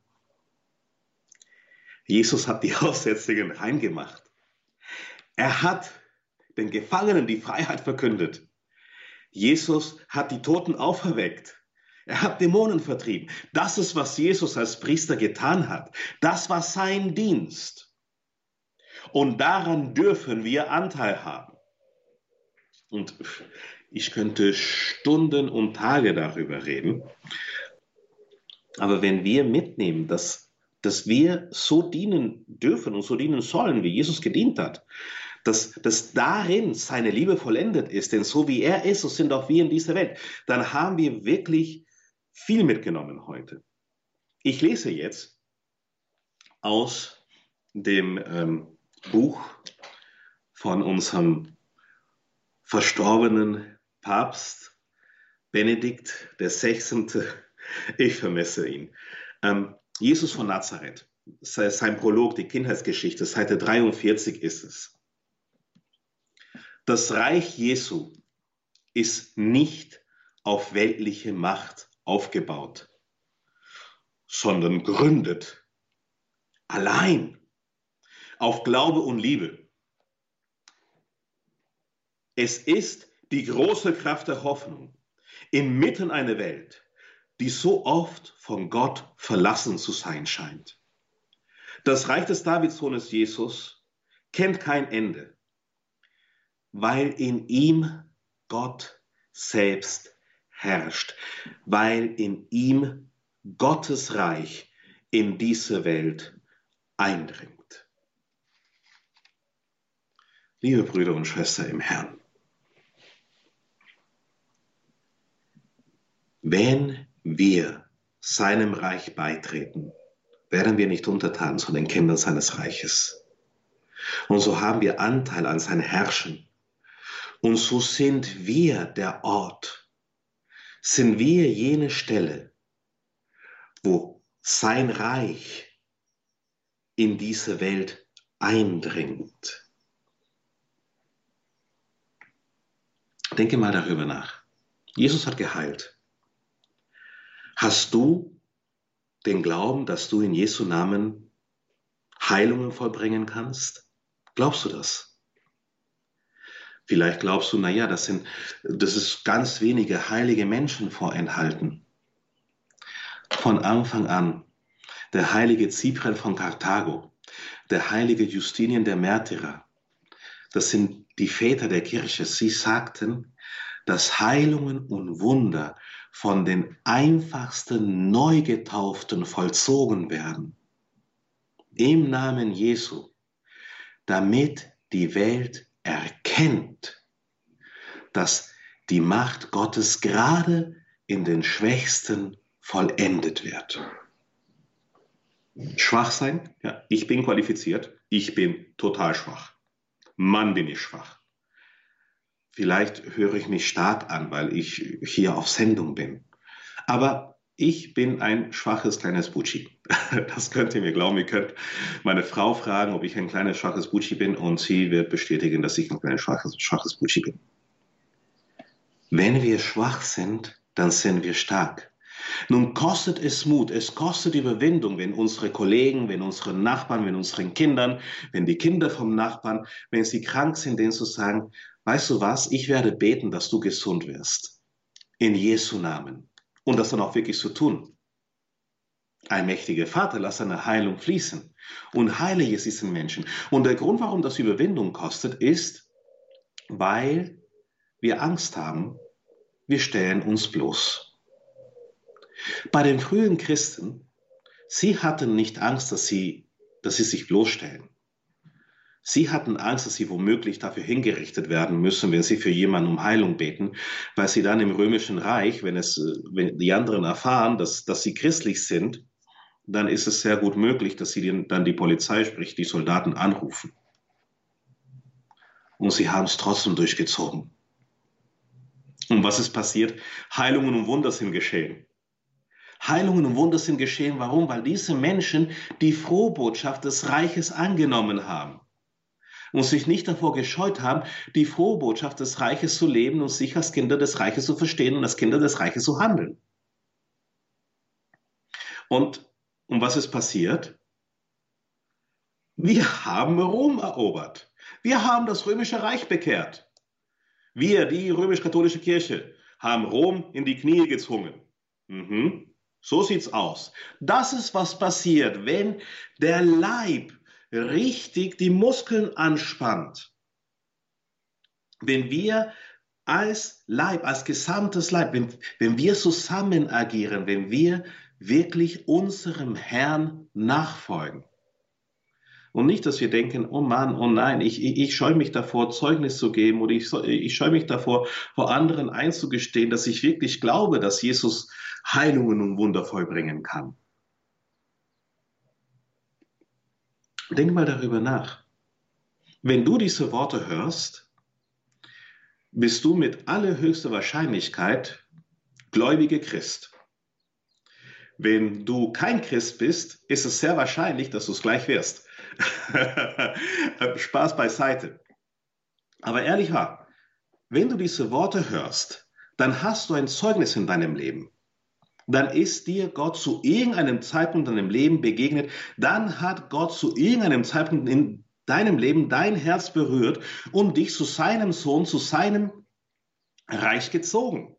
Jesus hat die Aussätzigen reingemacht. Er hat den Gefangenen die Freiheit verkündet. Jesus hat die Toten auferweckt. Er hat Dämonen vertrieben. Das ist, was Jesus als Priester getan hat. Das war sein Dienst. Und daran dürfen wir Anteil haben. Und ich könnte Stunden und Tage darüber reden. Aber wenn wir mitnehmen, dass, dass wir so dienen dürfen und so dienen sollen, wie Jesus gedient hat, dass, dass darin seine Liebe vollendet ist, denn so wie er ist, so sind auch wir in dieser Welt, dann haben wir wirklich viel mitgenommen heute. Ich lese jetzt aus dem ähm, Buch von unserem verstorbenen Papst Benedikt der Sechzehnte. Ich vermisse ihn. Ähm, Jesus von Nazareth, sein Prolog, die Kindheitsgeschichte, Seite dreiundvierzig ist es. Das Reich Jesu ist nicht auf weltliche Macht aufgebaut, sondern gründet allein auf Glaube und Liebe. Es ist die große Kraft der Hoffnung inmitten einer Welt, die so oft von Gott verlassen zu sein scheint. Das Reich des Davidssohnes Jesus kennt kein Ende, weil in ihm Gott selbst herrscht, weil in ihm Gottes Reich in diese Welt eindringt. Liebe Brüder und Schwestern im Herrn, wenn wir seinem Reich beitreten, werden wir nicht untertan zu den Kindern seines Reiches. Und so haben wir Anteil an sein Herrschen. Und so sind wir der Ort, sind wir jene Stelle, wo sein Reich in diese Welt eindringt. Denke mal darüber nach. Jesus hat geheilt. Hast du den Glauben, dass du in Jesu Namen Heilungen vollbringen kannst? Glaubst du das? Vielleicht glaubst du, naja, das sind, das ist ganz wenige heilige Menschen vorenthalten. Von Anfang an, der heilige Cyprian von Karthago, der heilige Justinien der Märtyrer, das sind die Väter der Kirche. Sie sagten, dass Heilungen und Wunder von den einfachsten Neugetauften vollzogen werden. Im Namen Jesu, damit die Welt erkennt, dass die Macht Gottes gerade in den Schwächsten vollendet wird. Schwach sein? Ja, ich bin qualifiziert. Ich bin total schwach. Mann, bin ich schwach. Vielleicht höre ich mich stark an, weil ich hier auf Sendung bin. Aber ich bin ein schwaches kleines Butschi. Das könnt ihr mir glauben. Ihr könnt meine Frau fragen, ob ich ein kleines schwaches Butschi bin, und sie wird bestätigen, dass ich ein kleines schwaches, schwaches Butschi bin. Wenn wir schwach sind, dann sind wir stark. Nun kostet es Mut, es kostet Überwindung, wenn unsere Kollegen, wenn unsere Nachbarn, wenn unseren Kindern, wenn die Kinder vom Nachbarn, wenn sie krank sind, denen zu sagen, weißt du was, ich werde beten, dass du gesund wirst. In Jesu Namen. Und das dann auch wirklich so tun. Ein mächtiger Vater, lass seine Heilung fließen. Und heile jetzt diesen Menschen. Und der Grund, warum das Überwindung kostet, ist, weil wir Angst haben, wir stellen uns bloß. Bei den frühen Christen, sie hatten nicht Angst, dass sie, dass sie sich bloßstellen. Sie hatten Angst, dass sie womöglich dafür hingerichtet werden müssen, wenn sie für jemanden um Heilung beten, weil sie dann im Römischen Reich, wenn, es, wenn die anderen erfahren, dass, dass sie christlich sind, dann ist es sehr gut möglich, dass sie dann die Polizei, sprich die Soldaten, anrufen. Und sie haben es trotzdem durchgezogen. Und was ist passiert? Heilungen und Wunder sind geschehen. Heilungen und Wunder sind geschehen. Warum? Weil diese Menschen die Frohbotschaft des Reiches angenommen haben und sich nicht davor gescheut haben, die Frohbotschaft des Reiches zu leben und sich als Kinder des Reiches zu verstehen und als Kinder des Reiches zu handeln. Und, und was ist passiert? Wir haben Rom erobert. Wir haben das römische Reich bekehrt. Wir, die römisch-katholische Kirche, haben Rom in die Knie gezwungen. Mhm. So sieht's aus. Das ist, was passiert, wenn der Leib richtig die Muskeln anspannt. Wenn wir als Leib, als gesamtes Leib, wenn, wenn wir zusammen agieren, wenn wir wirklich unserem Herrn nachfolgen. Und nicht, dass wir denken, oh Mann, oh nein, ich, ich, ich scheue mich davor, Zeugnis zu geben, oder ich, ich scheue mich davor, vor anderen einzugestehen, dass ich wirklich glaube, dass Jesus Heilungen und Wunder vollbringen kann. Denk mal darüber nach. Wenn du diese Worte hörst, bist du mit allerhöchster Wahrscheinlichkeit gläubiger Christ. Wenn du kein Christ bist, ist es sehr wahrscheinlich, dass du es gleich wirst. Spaß beiseite. Aber ehrlich wahr, wenn du diese Worte hörst, dann hast du ein Zeugnis in deinem Leben. Dann ist dir Gott zu irgendeinem Zeitpunkt in deinem Leben begegnet. Dann hat Gott zu irgendeinem Zeitpunkt in deinem Leben dein Herz berührt und dich zu seinem Sohn, zu seinem Reich gezogen.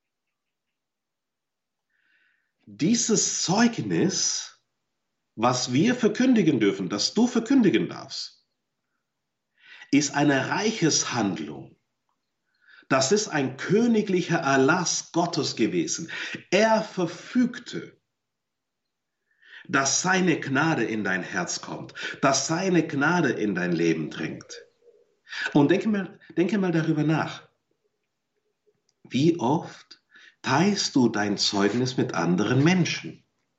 Dieses Zeugnis, was wir verkündigen dürfen, das du verkündigen darfst, ist eine Reicheshandlung. Das ist ein königlicher Erlass Gottes gewesen. Er verfügte, dass seine Gnade in dein Herz kommt, dass seine Gnade in dein Leben dringt. Und denke mal, denke mal darüber nach. Wie oft teilst du dein Zeugnis mit anderen Menschen?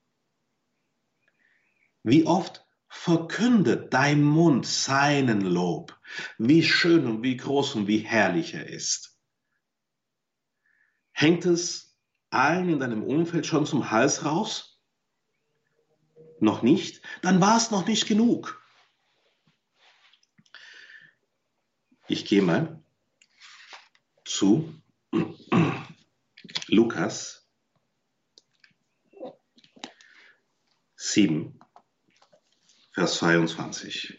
Wie oft verkündet dein Mund seinen Lob, wie schön und wie groß und wie herrlich er ist? Hängt es allen in deinem Umfeld schon zum Hals raus? Noch nicht? Dann war es noch nicht genug. Ich gehe mal zu Lukas sieben, Vers zweiundzwanzig.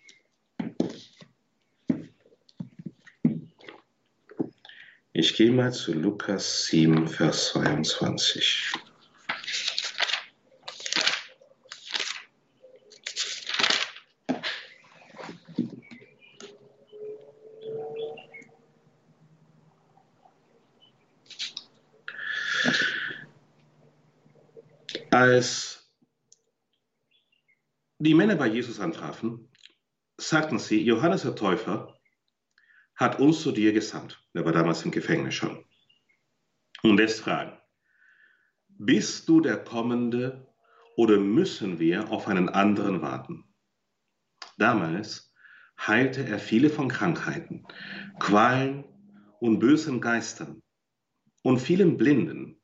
Ich gehe mal zu Lukas sieben, Vers zweiundzwanzig. Als die Männer bei Jesus antrafen, sagten sie, Johannes der Täufer hat uns zu dir gesandt. Er war damals im Gefängnis schon. Und lässt fragen, bist du der Kommende oder müssen wir auf einen anderen warten? Damals heilte er viele von Krankheiten, Qualen und bösen Geistern und vielen Blinden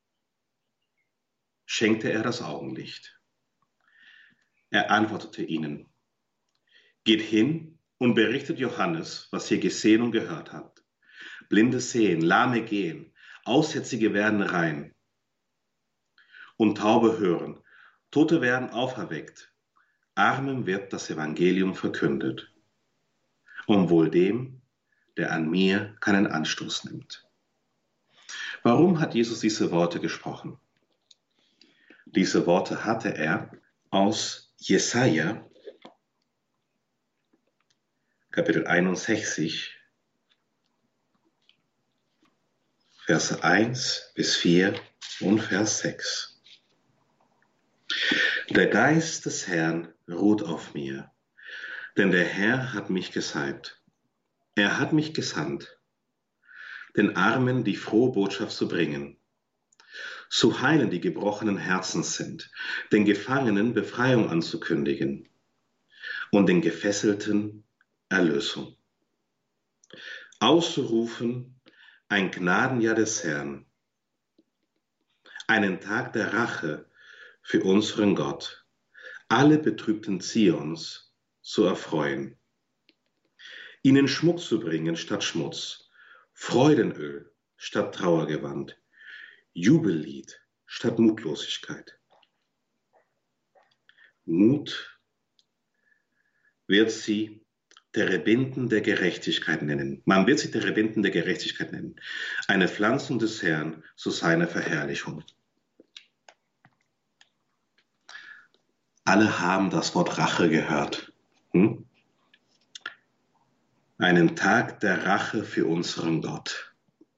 schenkte er das Augenlicht. Er antwortete ihnen, geht hin und berichtet Johannes, was ihr gesehen und gehört habt. Blinde sehen, Lahme gehen, Aussätzige werden rein und Taube hören, Tote werden auferweckt, Armen wird das Evangelium verkündet. Und wohl dem, der an mir keinen Anstoß nimmt. Warum hat Jesus diese Worte gesprochen? Diese Worte hatte er aus Jesaja, Kapitel einundsechzig, Verse eins bis vier und Vers sechs. Der Geist des Herrn ruht auf mir, denn der Herr hat mich gesalbt. Er hat mich gesandt, den Armen die frohe Botschaft zu bringen, zu heilen, die gebrochenen Herzens sind, den Gefangenen Befreiung anzukündigen und den Gefesselten Erlösung. Auszurufen ein Gnadenjahr des Herrn, einen Tag der Rache für unseren Gott, alle Betrübten Zions zu erfreuen, ihnen Schmuck zu bringen statt Schmutz, Freudenöl statt Trauergewand, Jubellied statt Mutlosigkeit. Mut wird sie Terebinden der Gerechtigkeit nennen. Man wird sie Terebinden der Gerechtigkeit nennen. Eine Pflanzung des Herrn zu seiner Verherrlichung. Alle haben das Wort Rache gehört. Hm? Einen Tag der Rache für unseren Gott.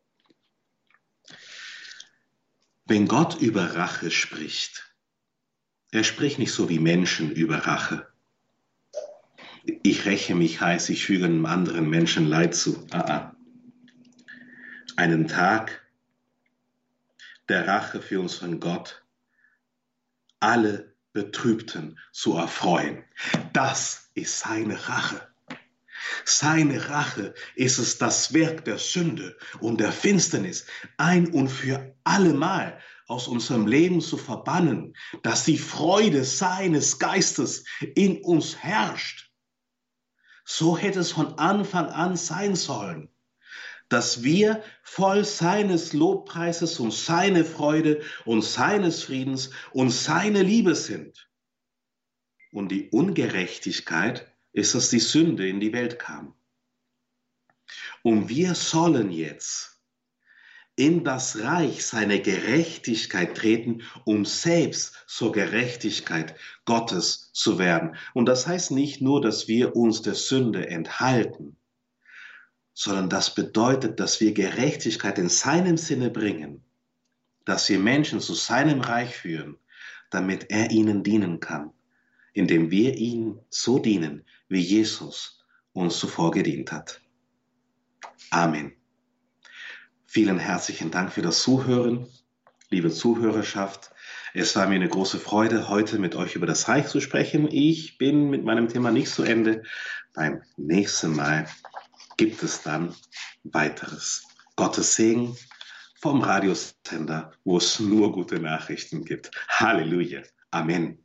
Wenn Gott über Rache spricht, er spricht nicht so wie Menschen über Rache. Ich räche mich heiß, ich füge einem anderen Menschen Leid zu. Ah, ah. Einen Tag der Rache für unseren Gott, alle Betrübten zu erfreuen. Das ist seine Rache. Seine Rache ist es, das Werk der Sünde und der Finsternis ein und für allemal aus unserem Leben zu verbannen, dass die Freude seines Geistes in uns herrscht. So hätte es von Anfang an sein sollen, dass wir voll seines Lobpreises und seine Freude und seines Friedens und seine Liebe sind. Und die Ungerechtigkeit ist, dass die Sünde in die Welt kam. Und wir sollen jetzt in das Reich seiner Gerechtigkeit treten, um selbst zur Gerechtigkeit Gottes zu werden. Und das heißt nicht nur, dass wir uns der Sünde enthalten, sondern das bedeutet, dass wir Gerechtigkeit in seinem Sinne bringen, dass wir Menschen zu seinem Reich führen, damit er ihnen dienen kann, indem wir ihm so dienen, wie Jesus uns zuvor gedient hat. Amen. Vielen herzlichen Dank für das Zuhören, liebe Zuhörerschaft. Es war mir eine große Freude, heute mit euch über das Reich zu sprechen. Ich bin mit meinem Thema nicht zu Ende. Beim nächsten Mal gibt es dann weiteres. Gottes Segen vom Radiosender, wo es nur gute Nachrichten gibt. Halleluja. Amen.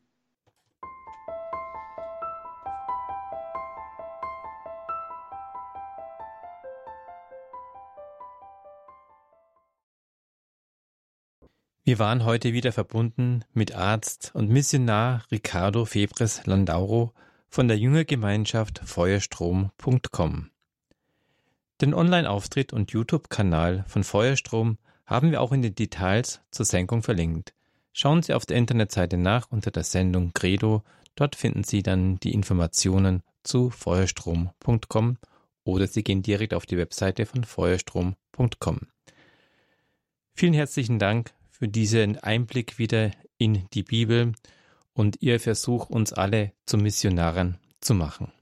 Wir waren heute wieder verbunden mit Arzt und Missionar Ricardo Febres Landauro von der Jüngergemeinschaft Feuerstrom punkt com. Den Online-Auftritt und YouTube-Kanal von Feuerstrom haben wir auch in den Details zur Sendung verlinkt. Schauen Sie auf der Internetseite nach unter der Sendung Credo. Dort finden Sie dann die Informationen zu Feuerstrom punkt com oder Sie gehen direkt auf die Webseite von Feuerstrom punkt com. Vielen herzlichen Dank für diesen Einblick wieder in die Bibel und ihr Versuch, uns alle zu Missionaren zu machen.